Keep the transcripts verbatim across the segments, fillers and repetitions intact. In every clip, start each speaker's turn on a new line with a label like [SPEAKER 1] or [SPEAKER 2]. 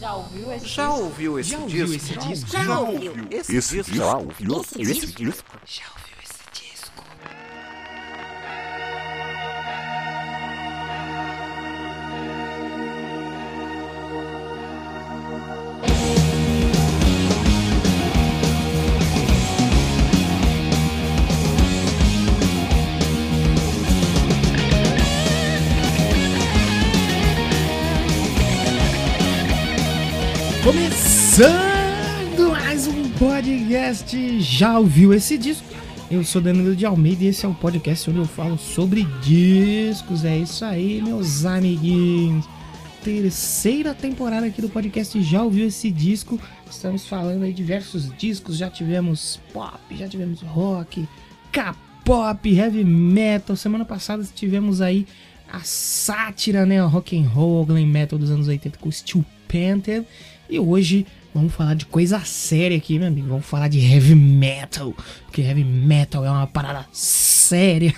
[SPEAKER 1] Já ouviu esse
[SPEAKER 2] Já
[SPEAKER 1] disco?
[SPEAKER 2] ouviu esse
[SPEAKER 3] Já
[SPEAKER 2] disco?
[SPEAKER 3] ouviu esse disco?
[SPEAKER 2] Já ouviu esse
[SPEAKER 4] Esse
[SPEAKER 2] disco?
[SPEAKER 4] já ouviu
[SPEAKER 1] Esse
[SPEAKER 4] esse
[SPEAKER 1] disco?
[SPEAKER 4] disco?
[SPEAKER 3] Já ouviu esse disco? Começando mais um podcast. Já ouviu esse disco? Eu sou Danilo de Almeida e esse é o podcast onde eu falo sobre discos. É isso aí, meus amiguinhos. Terceira temporada aqui do podcast. Já ouviu esse disco? Estamos falando aí de diversos discos. Já tivemos pop, já tivemos rock, K-pop, heavy metal. Semana passada tivemos aí a sátira, né? O rock and roll, glam metal dos anos oitenta com Steel Panther. E hoje vamos falar de coisa séria aqui, meu amigo. Vamos falar de heavy metal, porque heavy metal é uma parada séria.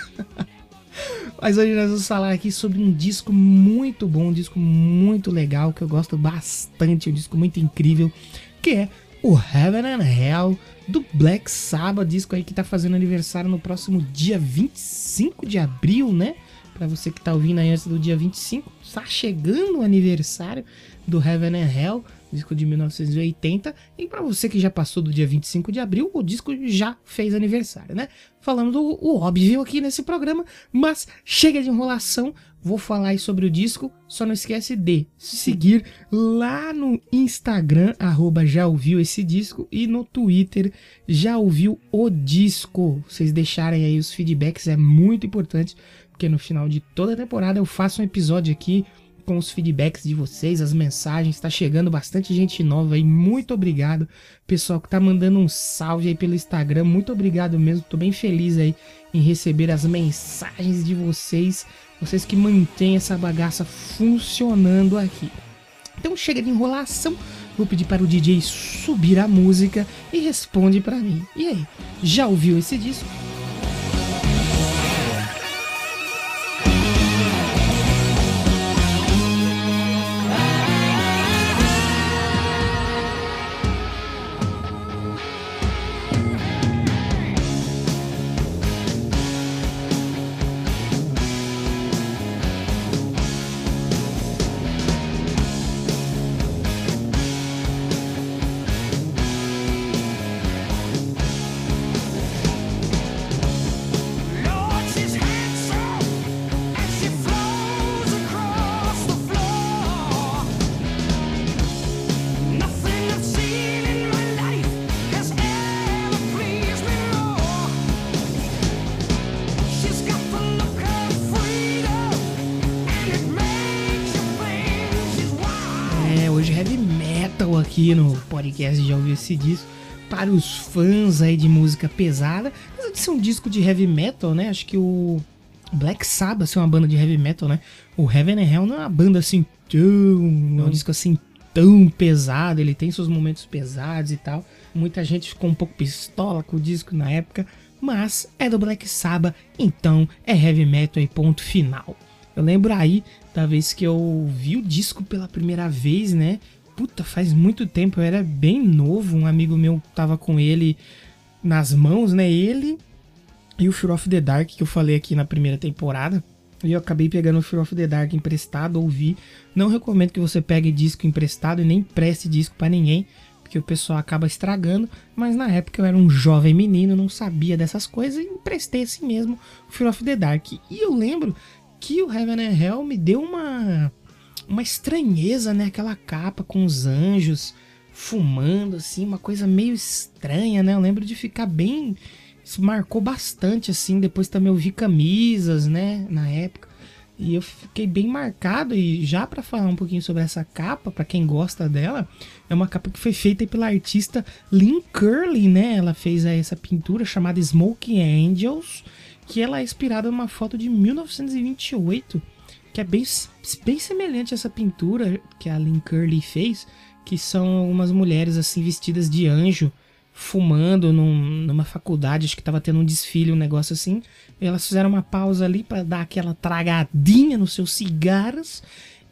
[SPEAKER 3] Mas hoje nós vamos falar aqui sobre um disco muito bom, um disco muito legal, que eu gosto bastante, um disco muito incrível, que é o Heaven and Hell, do Black Sabbath, disco aí que tá fazendo aniversário no próximo dia vinte e cinco de abril, né? Pra você que tá ouvindo aí antes do dia vinte e cinco, tá chegando o aniversário do Heaven and Hell, disco de mil novecentos e oitenta, e para você que já passou do dia vinte e cinco de abril, o disco já fez aniversário, né? Falando o, o óbvio aqui nesse programa, mas chega de enrolação, vou falar aí sobre o disco, só não esquece de seguir lá no Instagram, arroba já ouviu esse disco, e no Twitter, já ouviu o disco. Vocês deixarem aí os feedbacks, é muito importante, porque no final de toda a temporada eu faço um episódio aqui com os feedbacks de vocês, as mensagens, tá chegando bastante gente nova aí, muito obrigado, pessoal que tá mandando um salve aí pelo Instagram, muito obrigado mesmo, tô bem feliz aí em receber as mensagens de vocês, vocês que mantêm essa bagaça funcionando aqui. Então chega de enrolação, vou pedir para o D J subir a música e responde pra mim. E aí, já ouviu esse disco? Aqui no podcast já ouviu esse disco para os fãs aí de música pesada. Mas de ser um disco de heavy metal, né? Acho que o Black Sabbath é uma banda de heavy metal, né? O Heaven and Hell não é uma banda assim tão... Não é um disco assim tão pesado. Ele tem seus momentos pesados e tal. Muita gente ficou um pouco pistola com o disco na época. Mas é do Black Sabbath, então é heavy metal e ponto final. Eu lembro aí da vez que eu vi o disco pela primeira vez, né? Puta, faz muito tempo, eu era bem novo, um amigo meu tava com ele nas mãos, né, ele e o Fear of the Dark, que eu falei aqui na primeira temporada, e eu acabei pegando o Fear of the Dark emprestado, ouvi. Não recomendo que você pegue disco emprestado e nem preste disco pra ninguém, porque o pessoal acaba estragando, mas na época eu era um jovem menino, não sabia dessas coisas, e emprestei assim mesmo o Fear of the Dark. E eu lembro que o Heaven and Hell me deu uma... uma estranheza, né? Aquela capa com os anjos fumando, assim, uma coisa meio estranha, né? Eu lembro de ficar bem... Isso marcou bastante, assim. Depois também eu vi camisas, né? Na época. E eu fiquei bem marcado. E já pra falar um pouquinho sobre essa capa, pra quem gosta dela, é uma capa que foi feita pela artista Lynn Curley, né? Ela fez aí essa pintura chamada Smoking Angels, que ela é inspirada numa foto de mil novecentos e vinte e oito, que é bem, bem semelhante a essa pintura que a Lynn Curley fez, que são algumas mulheres assim vestidas de anjo, fumando num, numa faculdade, acho que tava tendo um desfile, um negócio assim, e elas fizeram uma pausa ali para dar aquela tragadinha nos seus cigarros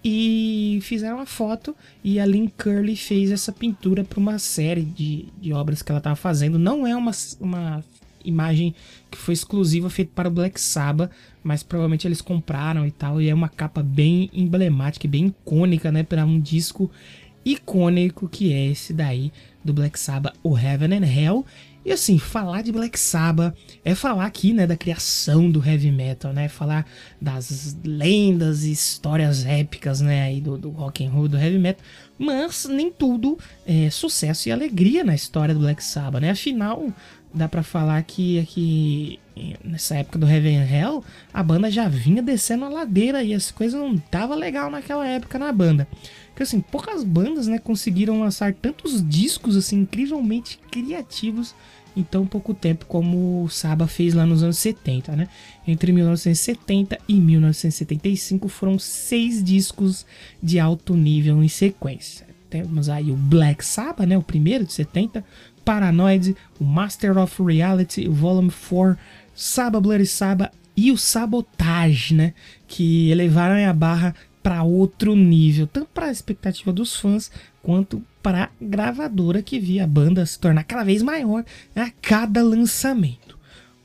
[SPEAKER 3] e fizeram a foto e a Lynn Curley fez essa pintura para uma série de, de obras que ela estava fazendo. Não é uma, uma imagem que foi exclusiva feita para o Black Sabbath, mas provavelmente eles compraram e tal, e é uma capa bem emblemática e bem icônica, né, para um disco icônico que é esse daí do Black Sabbath, o Heaven and Hell. E assim, falar de Black Sabbath é falar aqui, né, da criação do heavy metal, né, falar das lendas e histórias épicas, né, aí do, do rock and roll, do heavy metal, mas nem tudo é sucesso e alegria na história do Black Sabbath, né, afinal, dá pra falar que aqui, nessa época do Heaven and Hell, a banda já vinha descendo a ladeira e as coisas não estavam legal naquela época na banda. Porque assim, poucas bandas, né, conseguiram lançar tantos discos assim incrivelmente criativos em tão pouco tempo como o Sabbath fez lá nos anos setenta, né? Entre mil novecentos e setenta e mil novecentos e setenta e cinco foram seis discos de alto nível em sequência. Temos aí o Black Sabbath, né, o primeiro de setenta, Paranoid, o Master of Reality, o Volume quatro, Sabbath Bloody Sabbath e o Sabotage, né, que elevaram a barra para outro nível, tanto para a expectativa dos fãs quanto para a gravadora, que via a banda se tornar cada vez maior a cada lançamento.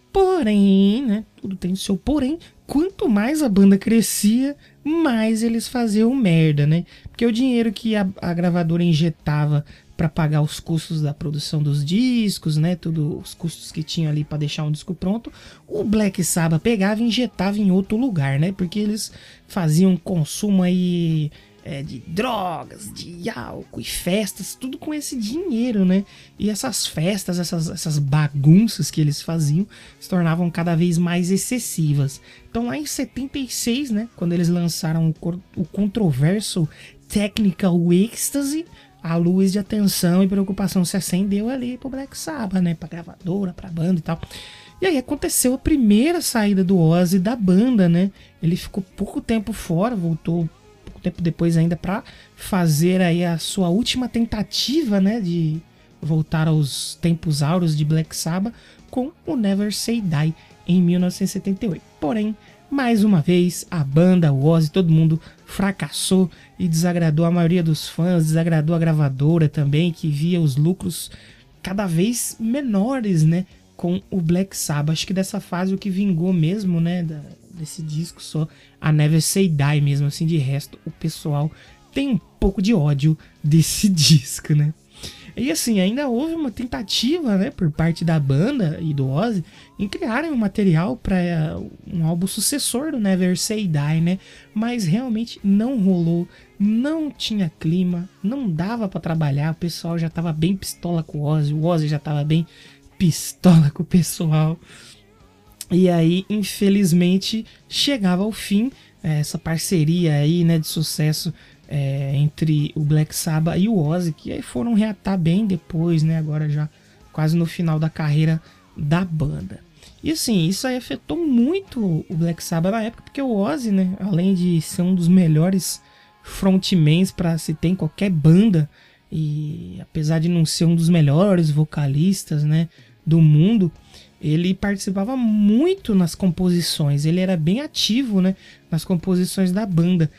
[SPEAKER 3] Porém, né, tudo tem o seu porém, quanto mais a banda crescia, mais eles faziam merda, né? Porque o dinheiro que a, a gravadora injetava para pagar os custos da produção dos discos, né, todos os custos que tinha ali para deixar um disco pronto, o Black Sabbath pegava e injetava em outro lugar, né? Porque eles faziam consumo aí é, de drogas, de álcool e festas, tudo com esse dinheiro, né? E essas festas, essas, essas bagunças que eles faziam se tornavam cada vez mais excessivas. Então lá em setenta e seis, né, quando eles lançaram o, o controverso Technical Ecstasy, a luz de atenção e preocupação se acendeu ali pro Black Sabbath, né? Pra gravadora, pra banda e tal. E aí aconteceu a primeira saída do Ozzy da banda, né? Ele ficou pouco tempo fora, voltou pouco tempo depois ainda pra fazer aí a sua última tentativa, né? De voltar aos tempos áureos de Black Sabbath com o Never Say Die em mil novecentos e setenta e oito. Porém, mais uma vez, a banda, o Ozzy, todo mundo fracassou e desagradou a maioria dos fãs, desagradou a gravadora também, que via os lucros cada vez menores, né, com o Black Sabbath. Acho que dessa fase o que vingou mesmo, né, da, desse disco só a Never Say Die mesmo, assim, de resto o pessoal tem um pouco de ódio desse disco, né. E assim, ainda houve uma tentativa, né, por parte da banda e do Ozzy em criarem um material para um álbum sucessor do Never Say Die, né? Mas realmente não rolou, não tinha clima, não dava para trabalhar, o pessoal já tava bem pistola com o Ozzy, o Ozzy já tava bem pistola com o pessoal. E aí, infelizmente, chegava ao fim essa parceria aí, né, de sucesso É, entre o Black Sabbath e o Ozzy, que aí foram reatar bem depois, né, agora já quase no final da carreira da banda. E assim, isso aí afetou muito o Black Sabbath na época, porque o Ozzy, né, além de ser um dos melhores frontmans para se ter em qualquer banda, e apesar de não ser um dos melhores vocalistas, né, do mundo, ele participava muito nas composições, ele era bem ativo, né, nas composições da banda.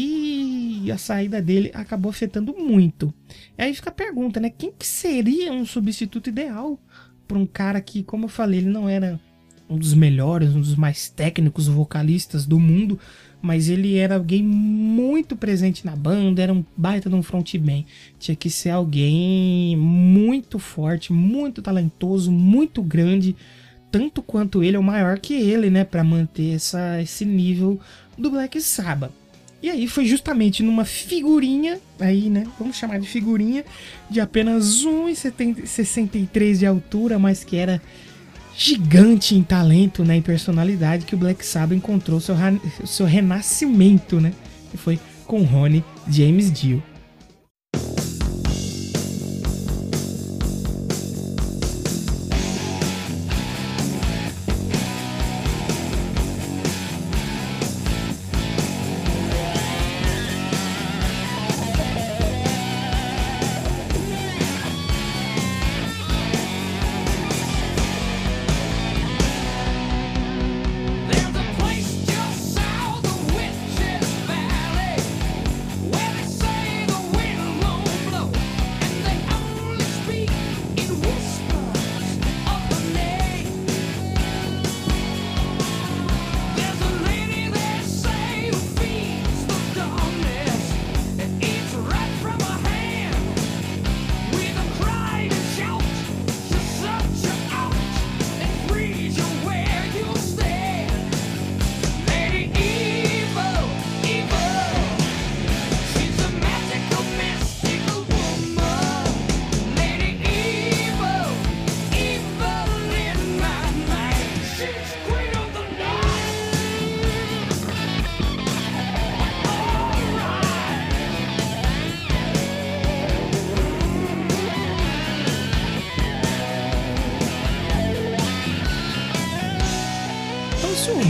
[SPEAKER 3] E a saída dele acabou afetando muito. E aí fica a pergunta, né? Quem que seria um substituto ideal para um cara que, como eu falei, ele não era um dos melhores, um dos mais técnicos vocalistas do mundo, mas ele era alguém muito presente na banda, era um baita de um frontman. Tinha que ser alguém muito forte, muito talentoso, muito grande, tanto quanto ele, ou maior que ele, né? Para manter essa, esse nível do Black Sabbath. E aí foi justamente numa figurinha, aí, né, vamos chamar de figurinha, de apenas um metro e sessenta e três de altura, mas que era gigante em talento, né, e personalidade, que o Black Sabbath encontrou seu, seu renascimento, né, que foi com Ronnie James Dio.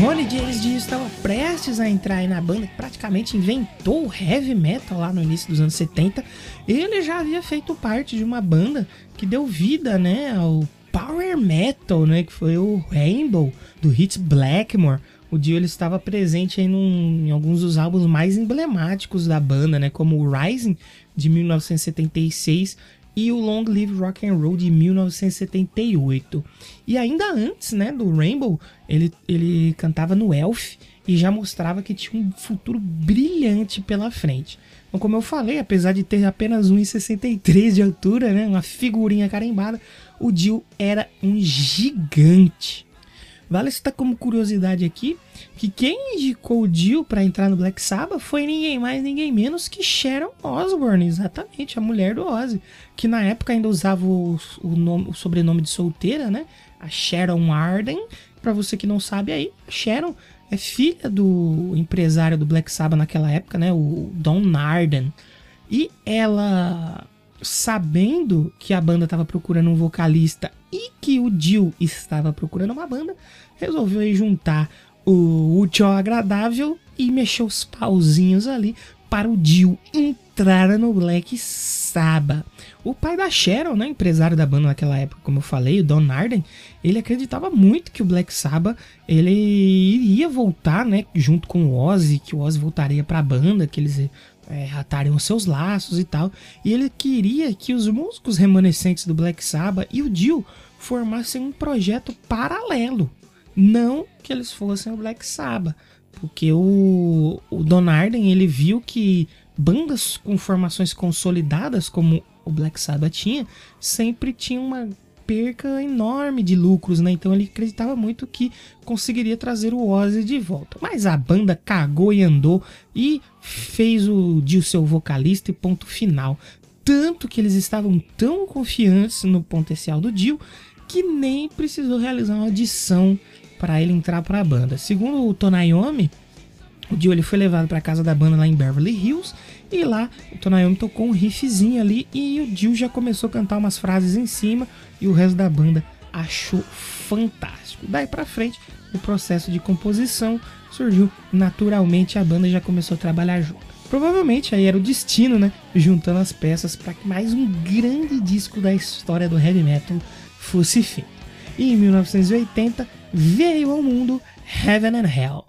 [SPEAKER 3] Ronnie James Dio estava prestes a entrar aí na banda, que praticamente inventou o heavy metal lá no início dos anos setenta. Ele já havia feito parte de uma banda que deu vida, né, ao power metal, né, que foi o Rainbow, do Hit Blackmore. O Dio ele estava presente aí num, em alguns dos álbuns mais emblemáticos da banda, né, como o Rising, de mil novecentos e setenta e seis, e o Long Live Rock and Roll, de mil novecentos e setenta e oito. E ainda antes, né, do Rainbow, ele, ele cantava no Elf e já mostrava que tinha um futuro brilhante pela frente. Então, como eu falei, apesar de ter apenas um metro e sessenta e três de altura, né, uma figurinha carimbada, o Dio era um gigante. Vale citar como curiosidade aqui que quem indicou o Dio para entrar no Black Sabbath foi ninguém mais, ninguém menos que Sharon Osbourne, exatamente, a mulher do Ozzy, que na época ainda usava o, o, nome, o sobrenome de solteira, né? A Sharon Arden. Para você que não sabe aí, Sharon é filha do empresário do Black Sabbath naquela época, né? O Don Arden. E ela, sabendo que a banda estava procurando um vocalista e que o Dio estava procurando uma banda, resolveu aí juntar o útil ao agradável e mexer os pauzinhos ali para o Dio entrar no Black Sabbath. O pai da Sharon, né, empresário da banda naquela época, como eu falei, o Don Arden, ele acreditava muito que o Black Sabbath ele iria voltar, né, junto com o Ozzy, que o Ozzy voltaria para a banda, que eles é, atariam seus laços e tal. E ele queria que os músicos remanescentes do Black Sabbath e o Dio formassem um projeto paralelo, não que eles fossem o Black Sabbath, porque o, o Don Arden ele viu que bandas com formações consolidadas como o Black Sabbath tinha, sempre tinha uma perca enorme de lucros, né? Então ele acreditava muito que conseguiria trazer o Ozzy de volta. Mas a banda cagou e andou e fez o Dio seu vocalista e ponto final. Tanto que eles estavam tão confiantes no potencial do Dio que nem precisou realizar uma audição para ele entrar para a banda. Segundo o Tony Iommi, o Dio ele foi levado para casa da banda lá em Beverly Hills e lá o Tony Iommi tocou um riffzinho ali e o Dio já começou a cantar umas frases em cima e o resto da banda achou fantástico. Daí para frente, o processo de composição surgiu naturalmente, a banda já começou a trabalhar junto. Provavelmente aí era o destino, né, juntando as peças para que mais um grande disco da história do heavy metal fosse feito. E em mil novecentos e oitenta veio ao mundo Heaven and Hell.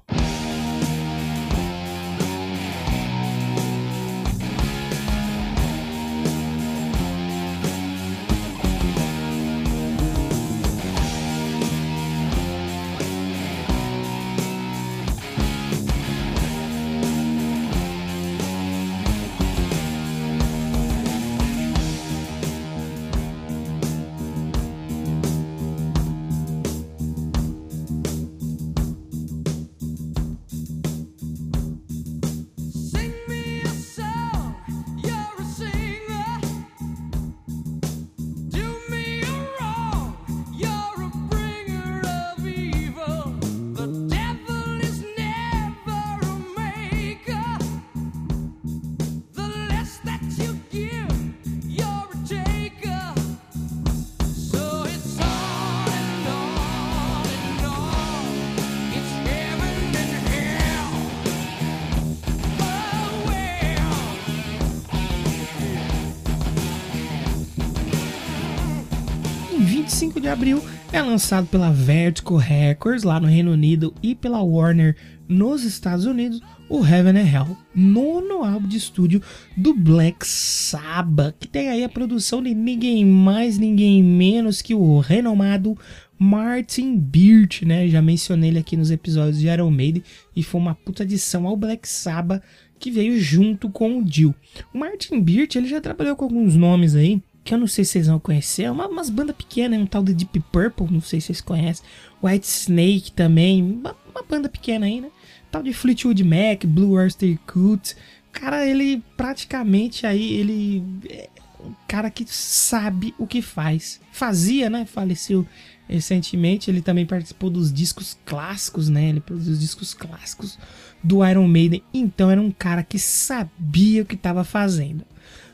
[SPEAKER 3] vinte e cinco de abril é lançado pela Vertigo Records lá no Reino Unido e pela Warner nos Estados Unidos o Heaven and Hell, nono álbum de estúdio do Black Sabbath, que tem aí a produção de ninguém mais, ninguém menos que o renomado Martin Birch, né? Já mencionei ele aqui nos episódios de Iron Maiden e foi uma puta adição ao Black Sabbath que veio junto com o Dio. O Martin Birch ele já trabalhou com alguns nomes aí que eu não sei se vocês vão conhecer, uma, umas bandas pequenas, um tal de Deep Purple, não sei se vocês conhecem, White Snake também, uma, uma banda pequena aí, né? Tal de Fleetwood Mac, Blue Oyster Cult. Cara, ele praticamente aí, ele é um cara que sabe o que faz. Fazia, né? Faleceu recentemente, ele também participou dos discos clássicos, né? Ele produziu os discos clássicos do Iron Maiden, então era um cara que sabia o que estava fazendo.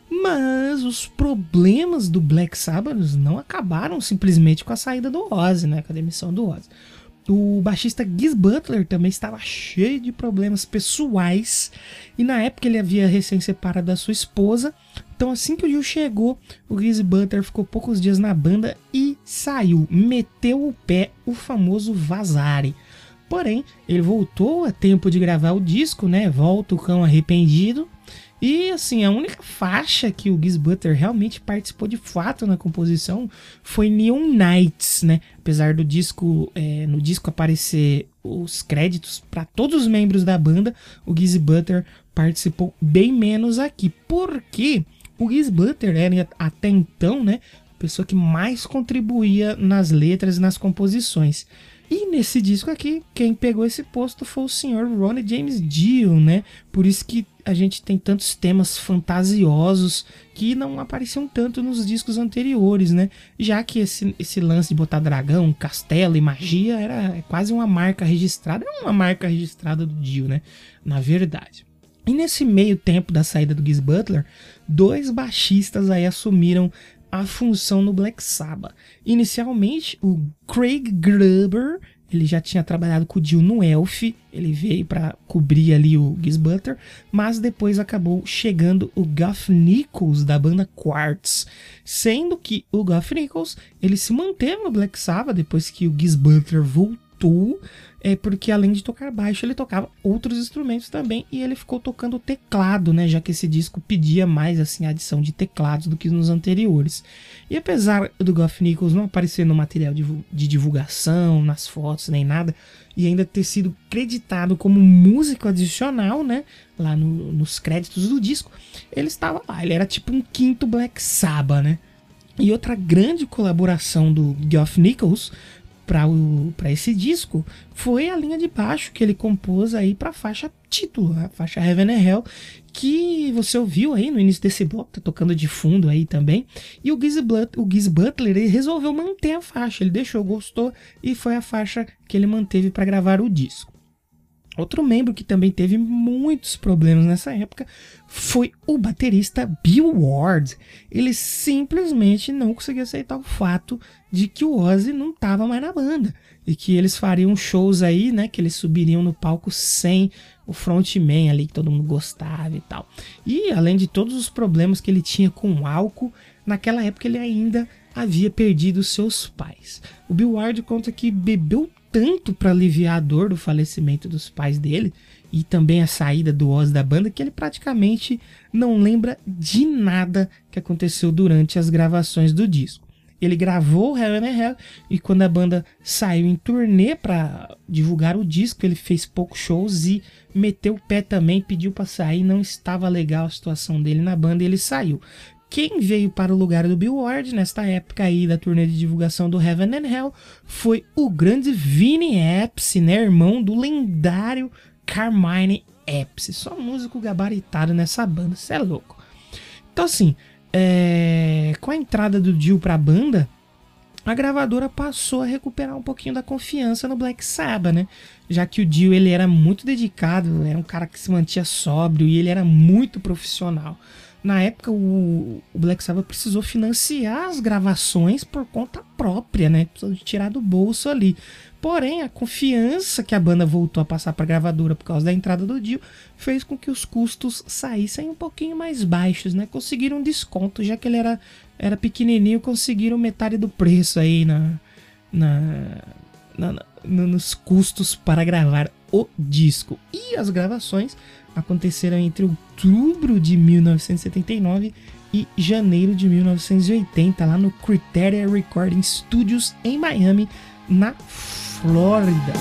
[SPEAKER 3] Mas os problemas do Black Sabbath não acabaram simplesmente com a saída do Ozzy, né? Com a demissão do Ozzy. O baixista Geezer Butler também estava cheio de problemas pessoais e na época ele havia recém-separado da sua esposa. Então assim que o Dio chegou, o Geezer Butler ficou poucos dias na banda e saiu, meteu o pé, o famoso vazare. Porém, ele voltou a tempo de gravar o disco, né? Volta o Cão Arrependido. E assim, a única faixa que o Geezer Butler realmente participou de fato na composição foi Neon Nights, né? Apesar do disco, é, no disco aparecer os créditos para todos os membros da banda, o Geezer Butler participou bem menos aqui. Porque o Geezer Butler era até então, né, a pessoa que mais contribuía nas letras e nas composições. E nesse disco aqui, quem pegou esse posto foi o senhor Ronnie James Dio, né? Por isso que a gente tem tantos temas fantasiosos que não apareciam tanto nos discos anteriores, né? Já que esse, esse lance de botar dragão, castelo e magia era quase uma marca registrada. É uma marca registrada do Dio, né? Na verdade. E nesse meio tempo da saída do Geezer Butler, dois baixistas aí assumiram a função no Black Sabbath. Inicialmente, o Craig Gruber, ele já tinha trabalhado com o Dio no Elf, ele veio para cobrir ali o Geezer Butler, mas depois acabou chegando o Geoff Nichols da banda Quartz, sendo que o Geoff Nichols, ele se manteve no Black Sabbath depois que o Geezer Butler voltou, é porque além de tocar baixo, ele tocava outros instrumentos também e ele ficou tocando teclado, né, já que esse disco pedia mais assim a adição de teclados do que nos anteriores. E apesar do Geoff Nichols não aparecer no material de, de divulgação, nas fotos nem nada, e ainda ter sido creditado como músico adicional, né, lá no, nos créditos do disco, ele estava lá, ele era tipo um quinto Black Sabbath, né. E outra grande colaboração do Geoff Nichols para esse disco foi a linha de baixo que ele compôs aí para a faixa título, a faixa Heaven and Hell, que você ouviu aí no início desse bloco, tá tocando de fundo aí também. E o Geezer Butler, o Geezer Butler ele resolveu manter a faixa, ele deixou, gostou e foi a faixa que ele manteve para gravar o disco. Outro membro que também teve muitos problemas nessa época foi o baterista Bill Ward. Ele simplesmente não conseguia aceitar o fato de que o Ozzy não estava mais na banda e que eles fariam shows aí, né, que eles subiriam no palco sem o frontman ali que todo mundo gostava e tal. E além de todos os problemas que ele tinha com o álcool, naquela época ele ainda havia perdido seus pais. O Bill Ward conta que bebeu tanto para aliviar a dor do falecimento dos pais dele e também a saída do Ozzy da banda que ele praticamente não lembra de nada que aconteceu durante as gravações do disco. Ele gravou Heaven and Hell e quando a banda saiu em turnê para divulgar o disco, ele fez poucos shows e meteu o pé também, pediu para sair, não estava legal a situação dele na banda e ele saiu. Quem veio para o lugar do Bill Ward nesta época aí da turnê de divulgação do Heaven and Hell foi o grande Vinny Appice, né, irmão do lendário Carmine Appice, só músico gabaritado nessa banda, cê é louco. Então assim, é... com a entrada do Dio para a banda, a gravadora passou a recuperar um pouquinho da confiança no Black Sabbath, né? Já que o Dio ele era muito dedicado, era um cara que se mantinha sóbrio e ele era muito profissional. Na época, o, o Black Sabbath precisou financiar as gravações por conta própria, né? Precisou de tirar do bolso ali. Porém, a confiança que a banda voltou a passar para a gravadora por causa da entrada do Dio fez com que os custos saíssem um pouquinho mais baixos, né? Conseguiram um desconto, já que ele era, era pequenininho, conseguiram metade do preço aí na, na, na, na, nos custos para gravar o disco. E as gravações aconteceram entre outubro de mil novecentos e setenta e nove e janeiro de mil novecentos e oitenta, lá no Criteria Recording Studios em Miami, na Flórida.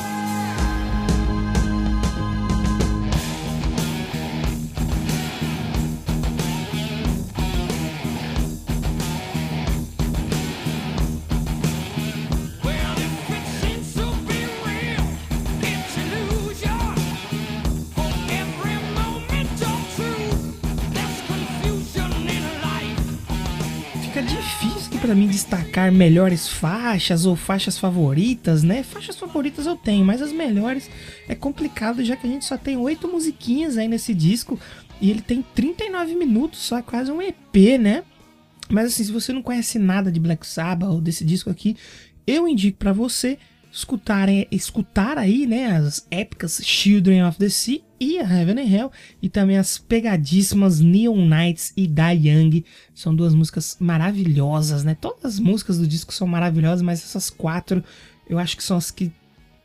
[SPEAKER 3] Para mim destacar melhores faixas ou faixas favoritas, né? Faixas favoritas eu tenho, mas as melhores é complicado, já que a gente só tem oito musiquinhas aí nesse disco e ele tem trinta e nove minutos, só é quase um E P, né? Mas assim, se você não conhece nada de Black Sabbath ou desse disco aqui, eu indico para você escutar, escutar aí, né, as épicas Children of the Sea e Heaven and Hell, e também as pegadíssimas Neon Nights e Die Young. São duas músicas maravilhosas, né? Todas as músicas do disco são maravilhosas, mas essas quatro eu acho que são as que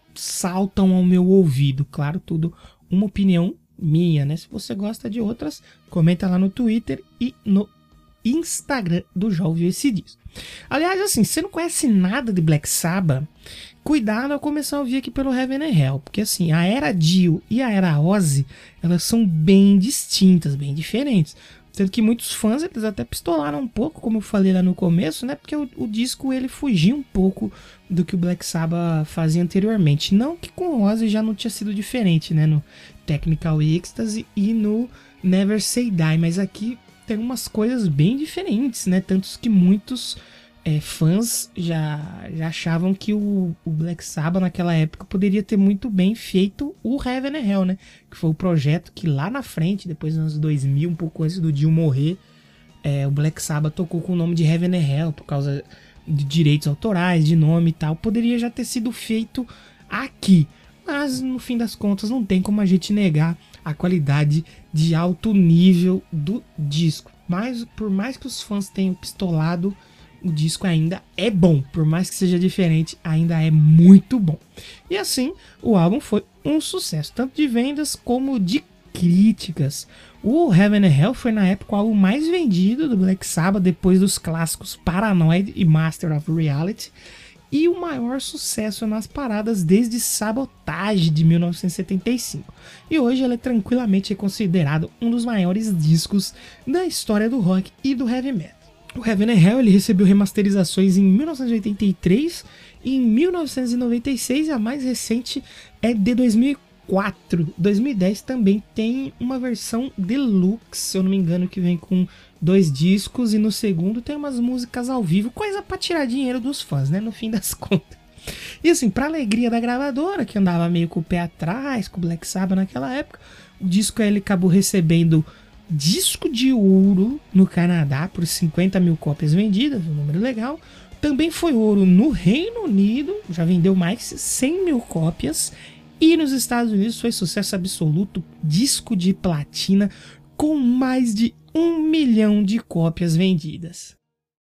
[SPEAKER 3] saltam ao meu ouvido. Claro, tudo uma opinião minha, né? Se você gosta de outras, comenta lá no Twitter e no Instagram do Já Ouviu Esse Disco. Aliás, assim, se você não conhece nada de Black Sabbath, cuidado ao começar a ouvir aqui pelo Heaven and Hell, porque assim, a era Dio e a era Ozzy, elas são bem distintas, bem diferentes. Sendo que muitos fãs, eles até pistolaram um pouco, como eu falei lá no começo, né? Porque o, o disco, ele fugia um pouco do que o Black Sabbath fazia anteriormente. Não que com o Ozzy já não tinha sido diferente, né? No Technical Ecstasy e no Never Say Die, mas aqui tem umas coisas bem diferentes, né? Tantos que muitos é, fãs já, já achavam que o, o Black Sabbath naquela época poderia ter muito bem feito o Heaven and Hell, né? Que foi o projeto que lá na frente, depois dos anos dois mil, um pouco antes do Dio morrer, é, o Black Sabbath tocou com o nome de Heaven and Hell por causa de direitos autorais, de nome e tal. Poderia já ter sido feito aqui. Mas no fim das contas não tem como a gente negar a qualidade de alto nível do disco. Mas por mais que os fãs tenham pistolado, o disco ainda é bom. Por mais que seja diferente, ainda é muito bom. E assim, o álbum foi um sucesso, tanto de vendas como de críticas. O Heaven and Hell foi na época o álbum mais vendido do Black Sabbath, depois dos clássicos Paranoid e Master of Reality, e o maior sucesso nas paradas desde Sabotage de mil novecentos e setenta e cinco. E hoje ele é tranquilamente considerado um dos maiores discos da história do rock e do heavy metal. O Heaven and Hell ele recebeu remasterizações em mil novecentos e oitenta e três e em mil novecentos e noventa e seis, e a mais recente é de dois mil e quatro. dois mil e dez também tem uma versão deluxe, se eu não me engano, que vem com dois discos, e no segundo tem umas músicas ao vivo, coisa pra tirar dinheiro dos fãs, né, no fim das contas. E assim, pra alegria da gravadora, que andava meio com o pé atrás com o Black Sabbath naquela época, o disco ele acabou recebendo disco de ouro no Canadá por cinquenta mil cópias vendidas, um número legal. Também foi ouro no Reino Unido, já vendeu mais de cem mil cópias. E nos Estados Unidos foi sucesso absoluto, disco de platina com mais de um milhão de cópias vendidas.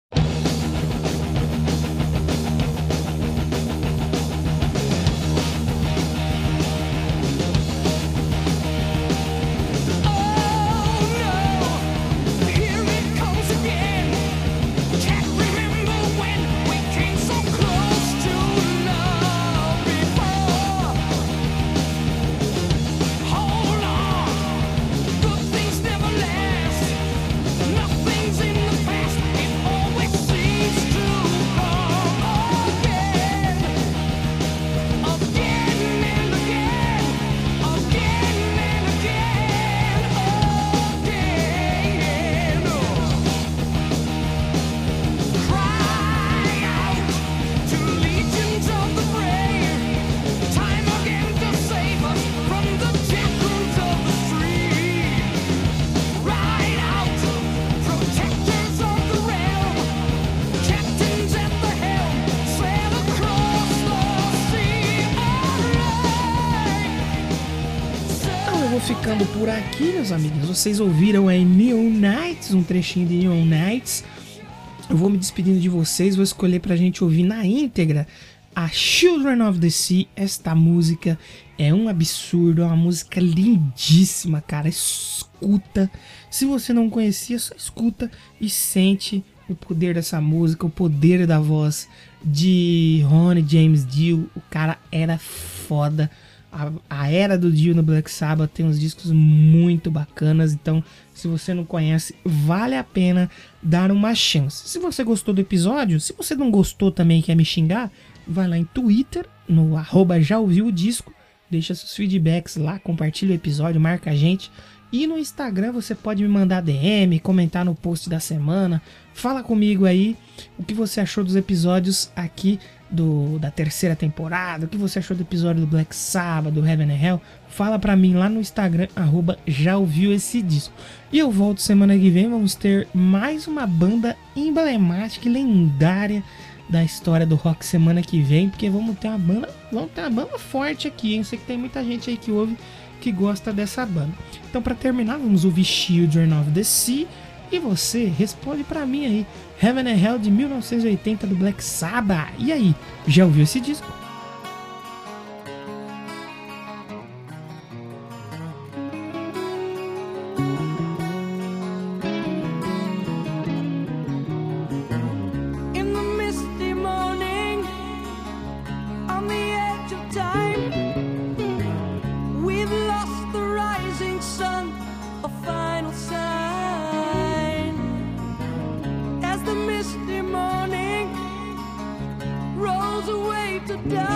[SPEAKER 3] Ficando por aqui, meus amigos. Vocês ouviram aí Neon Nights, um trechinho de Neon Nights. Eu vou me despedindo de vocês, vou escolher pra gente ouvir na íntegra a Children of the Sea. Esta música é um absurdo, é uma música lindíssima, cara. Escuta. Se você não conhecia, só escuta e sente o poder dessa música, o poder da voz de Ronnie James Dio. O cara era foda. A, a era do Dio no Black Sabbath tem uns discos muito bacanas, então se você não conhece, vale a pena dar uma chance. Se você gostou do episódio, se você não gostou também e quer me xingar, vai lá em Twitter, no arroba já ouviu o disco, deixa seus feedbacks lá, compartilha o episódio, marca a gente. E no Instagram você pode me mandar D M, comentar no post da semana, fala comigo aí o que você achou dos episódios aqui do, da terceira temporada, o que você achou do episódio do Black Sabbath, do Heaven and Hell. Fala pra mim lá no Instagram, arroba já ouviu esse disco. E eu volto semana que vem, vamos ter mais uma banda emblemática e lendária da história do rock semana que vem, porque vamos ter uma banda, vamos ter uma banda forte aqui, hein? Sei que tem muita gente aí que ouve que gosta dessa banda. Então, para terminar, vamos ouvir Children of the Sea. E você responde pra mim aí, Heaven and Hell de mil novecentos e oitenta do Black Sabbath. E aí, já ouviu esse disco?
[SPEAKER 1] To die.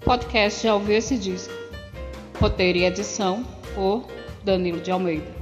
[SPEAKER 1] Podcast Já Ouviu Esse Disco? Roteiro e edição por Danilo de Almeida.